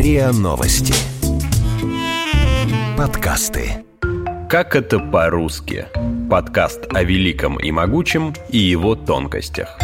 РИА Новости. Подкасты. Как это по-русски? Подкаст о великом и могучем и его тонкостях.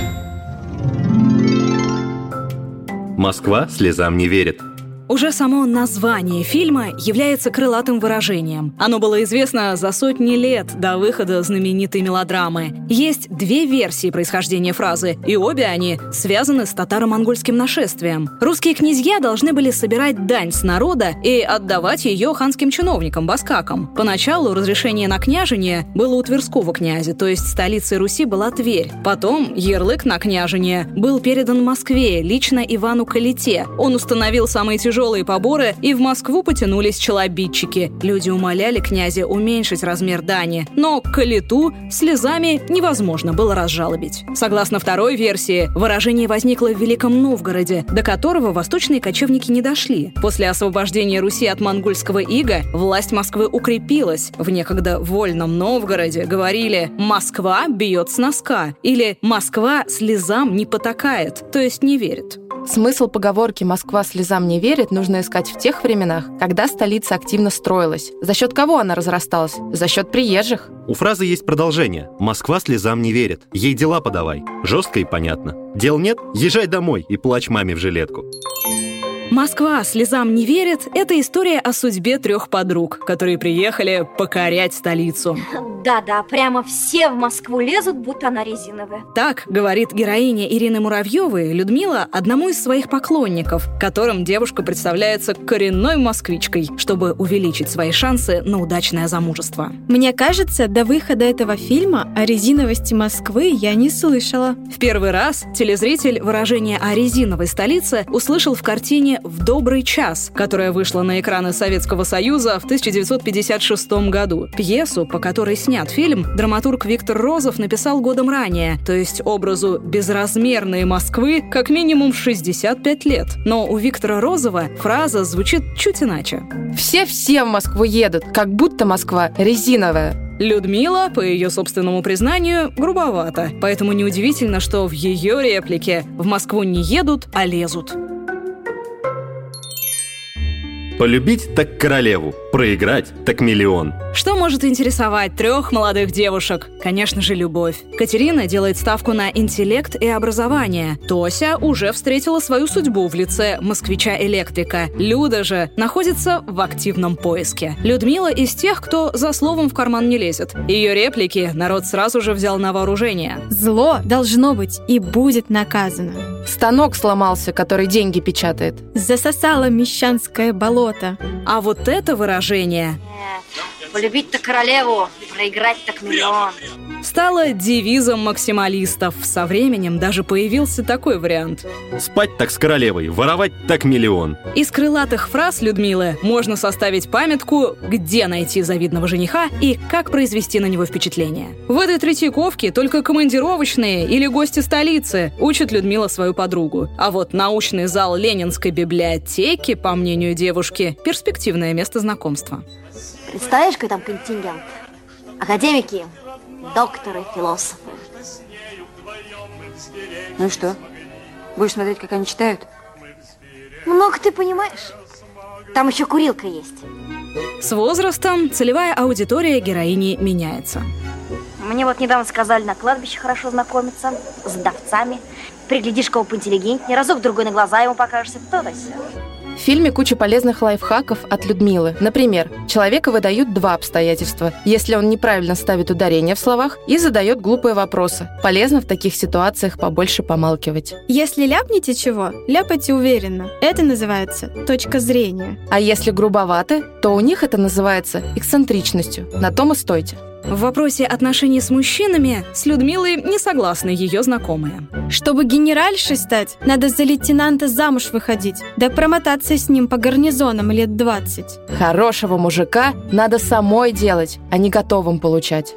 Москва слезам не верит. Уже само название фильма является крылатым выражением. Оно было известно за сотни лет до выхода знаменитой мелодрамы. Есть две версии происхождения фразы, и обе они связаны с татаро-монгольским нашествием. Русские князья должны были собирать дань с народа и отдавать ее ханским чиновникам, баскакам. Поначалу разрешение на княжение было у Тверского князя, то есть столицей Руси была Тверь. Потом ярлык на княжение был передан Москве, лично Ивану Калите. Он установил самые тяжелые поборы, и в Москву потянулись челобитчики. Люди умоляли князя уменьшить размер дани, но Калиту слезами невозможно было разжалобить. Согласно второй версии, выражение возникло в Великом Новгороде, до которого восточные кочевники не дошли. После освобождения Руси от монгольского ига власть Москвы укрепилась. В некогда вольном Новгороде говорили «Москва бьет с носка» или «Москва слезам не потакает», то есть не верит. Смысл поговорки «Москва слезам не верит» нужно искать в тех временах, когда столица активно строилась. За счет кого она разрасталась? За счет приезжих. У фразы есть продолжение. «Москва слезам не верит. Ей дела подавай». Жестко и понятно. Дел нет? Езжай домой и плачь маме в жилетку. «Москва слезам не верит» — это история о судьбе трех подруг, которые приехали покорять столицу. Да-да, прямо все в Москву лезут, будто она резиновая. Так говорит героиня Ирины Муравьевой Людмила одному из своих поклонников, которым девушка представляется коренной москвичкой, чтобы увеличить свои шансы на удачное замужество. Мне кажется, до выхода этого фильма о резиновости Москвы я не слышала. В первый раз телезритель выражение о резиновой столице услышал в картине «В добрый час», которая вышла на экраны Советского Союза в 1956 году. Пьесу, по которой снят фильм, драматург Виктор Розов написал годом ранее, то есть образу безразмерной Москвы как минимум 65 лет. Но у Виктора Розова фраза звучит чуть иначе. Все в Москву едут, как будто Москва резиновая. Людмила, по ее собственному признанию, грубовата. Поэтому неудивительно, что в ее реплике «в Москву не едут, а лезут». Полюбить так королеву, проиграть так миллион. Что может интересовать трех молодых девушек? Конечно же, любовь. Катерина делает ставку на интеллект и образование. Тося уже встретила свою судьбу в лице москвича-электрика. Люда же находится в активном поиске. Людмила из тех, кто за словом в карман не лезет. Ее реплики народ сразу же взял на вооружение. Зло должно быть и будет наказано. Станок сломался, который деньги печатает. Засосало мещанское болото. А вот это выражение Полюбить-то королеву, проиграть так миллион. стало девизом максималистов. Со временем даже появился такой вариант. Спать так с королевой, воровать так миллион. Из крылатых фраз Людмилы можно составить памятку, где найти завидного жениха и как произвести на него впечатление. В этой Третьяковке только командировочные или гости столицы учат Людмила свою подругу. А вот научный зал Ленинской библиотеки, по мнению девушки, перспективное место знакомства. Представляешь, какой там контингент? Академики, докторы, философы. Ну и что? Будешь смотреть, как они читают? Много ты понимаешь. Там еще курилка есть. С возрастом целевая аудитория героини меняется. Мне вот недавно сказали на кладбище хорошо знакомиться с вдовцами. Приглядишь кого поинтеллигентнее, разок-другой на глаза ему покажешься, то-то сё. В фильме куча полезных лайфхаков от Людмилы. Например, человека выдают два обстоятельства. Если он неправильно ставит ударение в словах и задает глупые вопросы. Полезно в таких ситуациях побольше помалкивать. Если ляпните чего, ляпайте уверенно. Это называется точка зрения. А если грубоваты, то у них это называется эксцентричностью. На том и стойте. В вопросе отношений с мужчинами с Людмилой не согласны ее знакомые. Чтобы генеральшей стать, надо за лейтенанта замуж выходить, да промотаться с ним по гарнизонам лет 20. Хорошего мужика надо самой делать, а не готовым получать.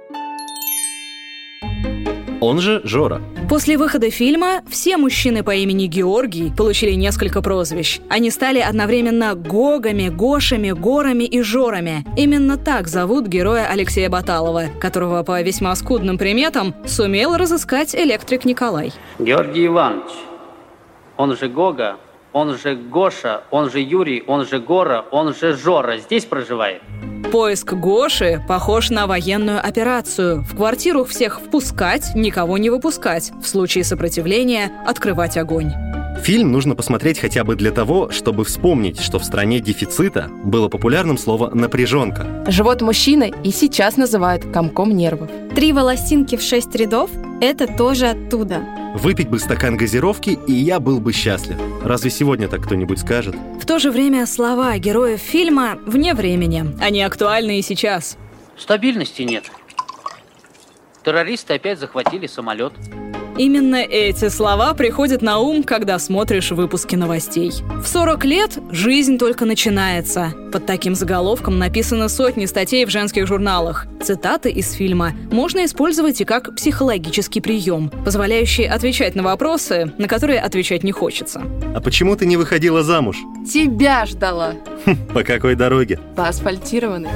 Он же Жора. После выхода фильма все мужчины по имени Георгий получили несколько прозвищ. Они стали одновременно Гогами, Гошами, Горами и Жорами. Именно так зовут героя Алексея Баталова, которого по весьма скудным приметам сумел разыскать электрик Николай. Георгий Иванович, он же Гога, он же Гоша, он же Юрий, он же Гора, он же Жора здесь проживает? Поиск Гоши похож на военную операцию. В квартиру всех впускать, никого не выпускать. В случае сопротивления открывать огонь. Фильм нужно посмотреть хотя бы для того, чтобы вспомнить, что в стране дефицита было популярным слово «напряженка». Живот мужчины и сейчас называют комком нервов. 3 волосинки в 6 рядов – это тоже оттуда. Выпить бы стакан газировки, и я был бы счастлив. Разве сегодня так кто-нибудь скажет? В то же время слова героев фильма вне времени. Они актуальны и сейчас. Стабильности нет. Террористы опять захватили самолет. Именно эти слова приходят на ум, когда смотришь выпуски новостей. В 40 лет жизнь только начинается. Под таким заголовком написаны сотни статей в женских журналах. Цитаты из фильма можно использовать и как психологический прием, позволяющий отвечать на вопросы, на которые отвечать не хочется. А почему ты не выходила замуж? Тебя ждала. По какой дороге? По асфальтированной.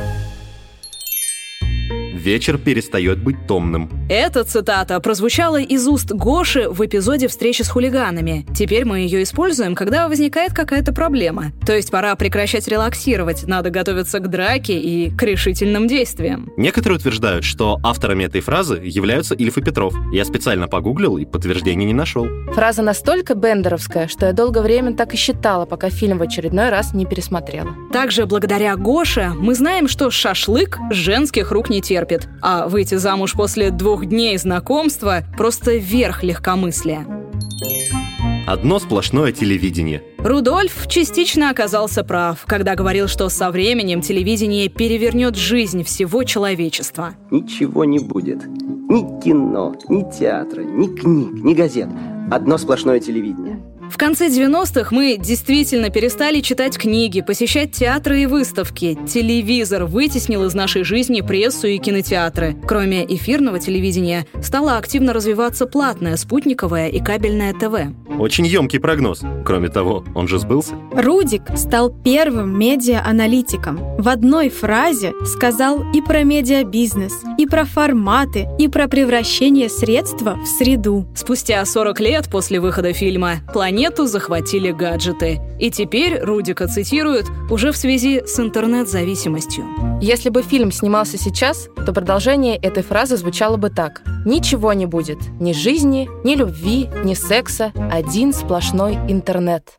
Вечер перестает быть томным. Эта цитата прозвучала из уст Гоши в эпизоде «Встречи с хулиганами». Теперь мы ее используем, когда возникает какая-то проблема. То есть пора прекращать релаксировать, надо готовиться к драке и к решительным действиям. Некоторые утверждают, что авторами этой фразы являются Ильф и Петров. Я специально погуглил и подтверждений не нашел. Фраза настолько бендеровская, что я долгое время так и считала, пока фильм в очередной раз не пересмотрела. Также благодаря Гоше мы знаем, что шашлык женских рук не терпит. А выйти замуж после 2 дней знакомства – просто верх легкомыслия. Одно сплошное телевидение. Рудольф частично оказался прав, когда говорил, что со временем телевидение перевернет жизнь всего человечества. Ничего не будет. Ни кино, ни театра, ни книг, ни газет. Одно сплошное телевидение. В конце 90-х мы действительно перестали читать книги, посещать театры и выставки. Телевизор вытеснил из нашей жизни прессу и кинотеатры. Кроме эфирного телевидения, стало активно развиваться платное, спутниковое и кабельное ТВ. Очень емкий прогноз. Кроме того, он же сбылся. Рудик стал первым медиа-аналитиком. В одной фразе сказал и про медиабизнес, и про форматы, и про превращение средства в среду. Спустя 40 лет после выхода фильма планету захватили гаджеты. И теперь Рудика цитируют уже в связи с интернет-зависимостью. Если бы фильм снимался сейчас, то продолжение этой фразы звучало бы так. Ничего не будет. Ни жизни, ни любви, ни секса. Один сплошной интернет.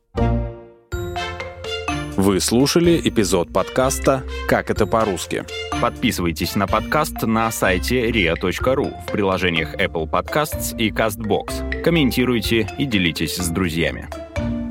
Вы слушали эпизод подкаста «Как это по-русски». Подписывайтесь на подкаст на сайте ria.ru, в приложениях Apple Podcasts и CastBox. Комментируйте и делитесь с друзьями.